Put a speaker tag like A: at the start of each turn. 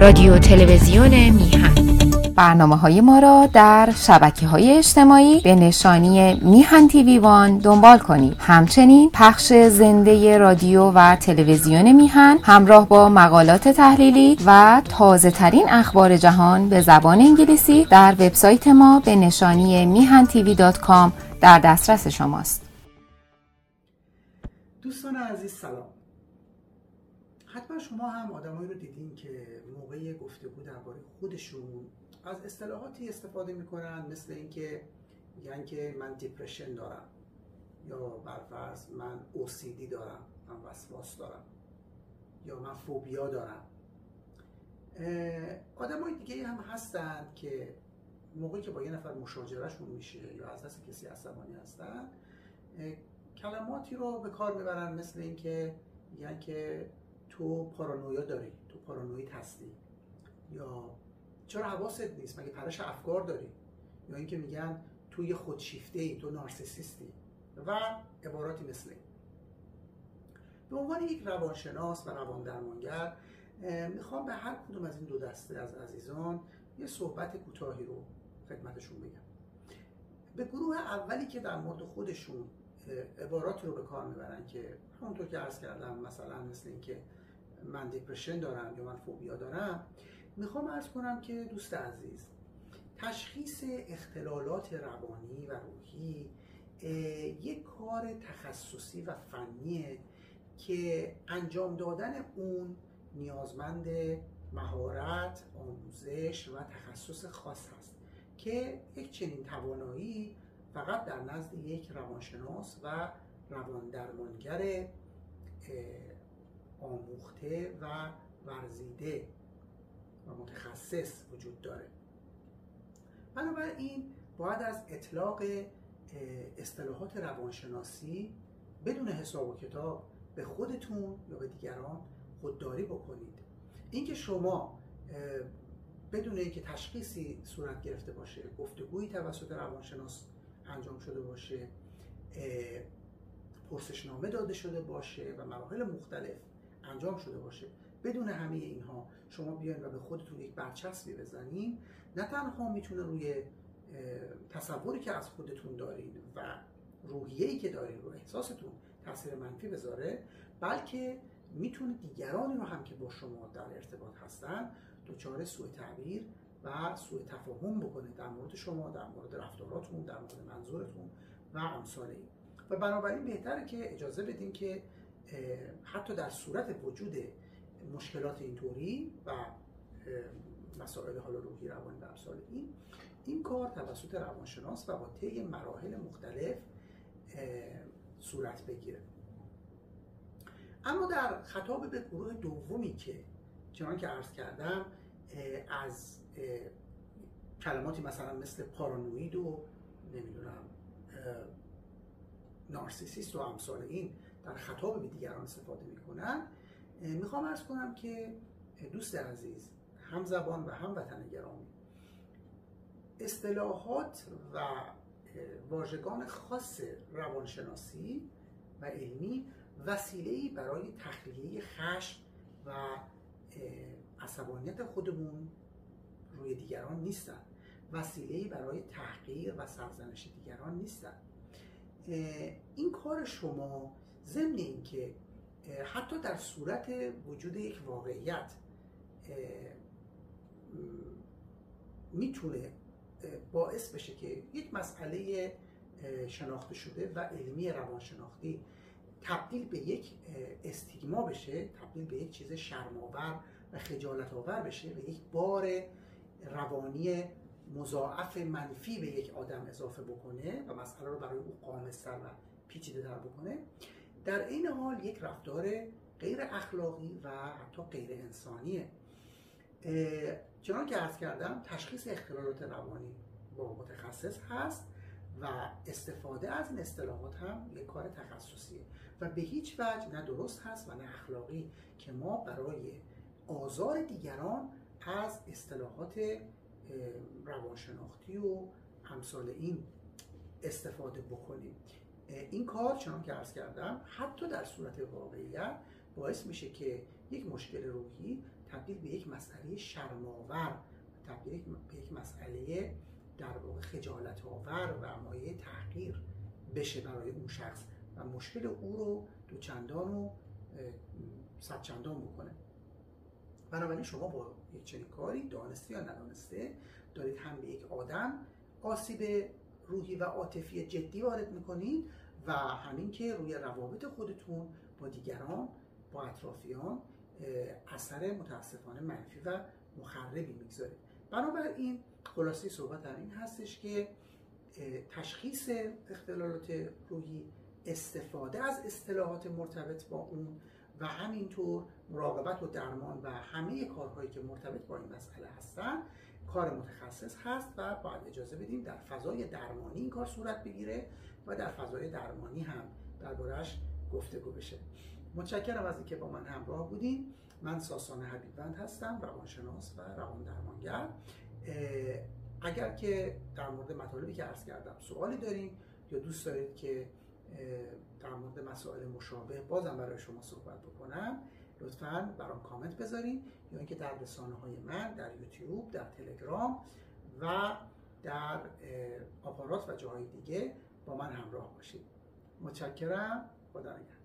A: رادیو تلویزیون میهن.
B: برنامه‌های ما را در شبکه‌های اجتماعی به نشانی میهن تیوی وان دنبال کنید. همچنین پخش زنده رادیو و تلویزیون میهن همراه با مقالات تحلیلی و تازه‌ترین اخبار جهان به زبان انگلیسی در وبسایت ما به نشانی mihantv.com در دسترس شماست.
C: دوستان عزیز سلام. حتما شما هم آدمایی رو دیدین که موقع گفتگو درباره خودشون از اصطلاحاتی استفاده میکنن، مثل اینکه میگن که من دیپرشن دارم، یا برفرض من OCD دارم، من وسواس دارم، یا من فوبیا دارم. آدمای دیگه هم هستن که موقعی که با یه نفر مشاجرهشون میشه یا از دست کسی عصبانی هستن، کلماتی رو به کار میبرن مثل اینکه میگن که تو پارانویا داری، تو پارانوید هستی، یا چرا حواست نیست، مگه پرش افکار داری، یا اینکه میگن تو یه خودشیفته‌ای، تو نارسیسیستی و عباراتی مثل این. به عنوان یک روانشناس و روان درمانگر میخوام به هر کدوم از این دو دسته از عزیزان یه صحبت کوتاهی رو خدمتشون بگم. به گروه اولی که در مورد خودشون عباراتی رو به کار میبرن که همونطور که عرض کردم، مثلا مثل این که من دیپرشن دارم یا من فوبیا دارم، میخوام عرض کنم که دوست عزیز، تشخیص اختلالات روانی و روحی یک کار تخصصی و فنیه که انجام دادن اون نیازمند مهارت، آموزش و تخصص خاص هست که یک چنین توانایی فقط در نزد یک روانشناس و روان درمانگر آموخته و ورزیده و متخصص وجود داره. بنابراین باید از اطلاق اصطلاحات روانشناسی بدون حساب و کتاب به خودتون یا به دیگران خودداری بکنید. اینکه شما بدون اینکه تشخیصی صورت گرفته باشه، گفتگویی توسط روانشناس انجام شده باشه، پرسشنامه داده شده باشه و مراحل مختلف انجام شده باشه، بدون همه اینها شما بیاین و به خودتون یک برچسبی بزنین، نه تنها میتونه روی تصوری که از خودتون دارین و روحیه‌ای که دارین رو احساستون تاثیر منفی بذاره، بلکه میتونه دیگرانی رو هم که با شما در ارتباط هستن دچار سوء تعبیر و سوء تفاهم بکنه در مورد شما، در مورد رفتاراتون، در مورد منظورتون و امثال این. و بنابراین بهتره که اجازه بدین که حتی در صورت وجود مشکلات اینطوری و مسائل حال روحی روانی و امثال این کار توسط روانشناس و با طی مراحل مختلف صورت بگیره. اما در خطاب به گروه دومی که چنان که عرض کردم از کلماتی مثلا مثل پارانوید و نمیدونم نارسیسیست و امثال این در خطاب به دیگران استفاده میکنن، میخوام عرض کنم که دوست عزیز، هم زبان و هم وطن گرامی، اصطلاحات و واژگان خاص روانشناسی و علمی وسیله‌ای برای تخلیه خشم و عصبانیت خودمون روی دیگران نیستن، وسیله‌ای برای تحقیر و سرزنش دیگران نیستن. این کار شما ضمن این که حتی در صورت وجود یک واقعیت میتونه باعث بشه که یک مسئله شناخته شده و علمی روانشناختی تبدیل به یک استیگما بشه، تبدیل به یک چیز شرم‌آور و خجالت‌آور بشه و یک بار روانی مضاعف منفی به یک آدم اضافه بکنه و مسئله رو برای او غامض‌تر و پیچیده‌تر بکنه، در این حال یک رفتار غیر اخلاقی و حتی غیر انسانیه. چنان که عرض کردم، تشخیص اختلالات روانی با متخصص هست و استفاده از این اصطلاحات هم یک کار تخصصیه و به هیچ وجه نه درست هست و نه اخلاقی که ما برای آزار دیگران از اصطلاحات روانشناختی و امثال این استفاده بکنیم. این کار چنان که عرض کردم حتی در صورت واقعیت باعث میشه که یک مشکل روحی تبدیل به یک مسئله شرم‌آور، تبدیل به یک مسئله در واقع خجالت آور و مایه تحقیر بشه برای اون شخص و مشکل او رو دوچندان و صدچندان بکنه. بنابراین شما با یک چنین کاری دانسته یا ندانسته دارید هم به یک آدم آسیب روحی و عاطفی جدی وارد میکنید و همین که روی روابط خودتون با دیگران، با اطرافیان اثر متاسفانه منفی و مخربی میگذارید. بنابراین خلاصه صحبت هم این هستش که تشخیص اختلالات روحی، استفاده از اصطلاحات مرتبط با اون و همینطور مراقبت و درمان و همه کارهایی که مرتبط با این مسئله هستن کار متخصص هست و باید اجازه بدیم در فضای درمانی این کار صورت بگیره و در فضای درمانی هم درباره‌اش گفتگو بشه. متشکرم از اینکه با من همراه بودین. من ساسان حبیبوند هستم، روانشناس و روان درمانگر. اگر که در مورد مطالبی که عرض کردم سوالی دارین یا دوست دارید که در مورد مسائل مشابه بازم برای شما صحبت بکنم، لطفاً برام کامنت بذارین یا اینکه در رسانه‌های من در یوتیوب، در تلگرام و در آپارات و جاهای دیگه با من همراه باشید. متشکرم. خدا نگهدار.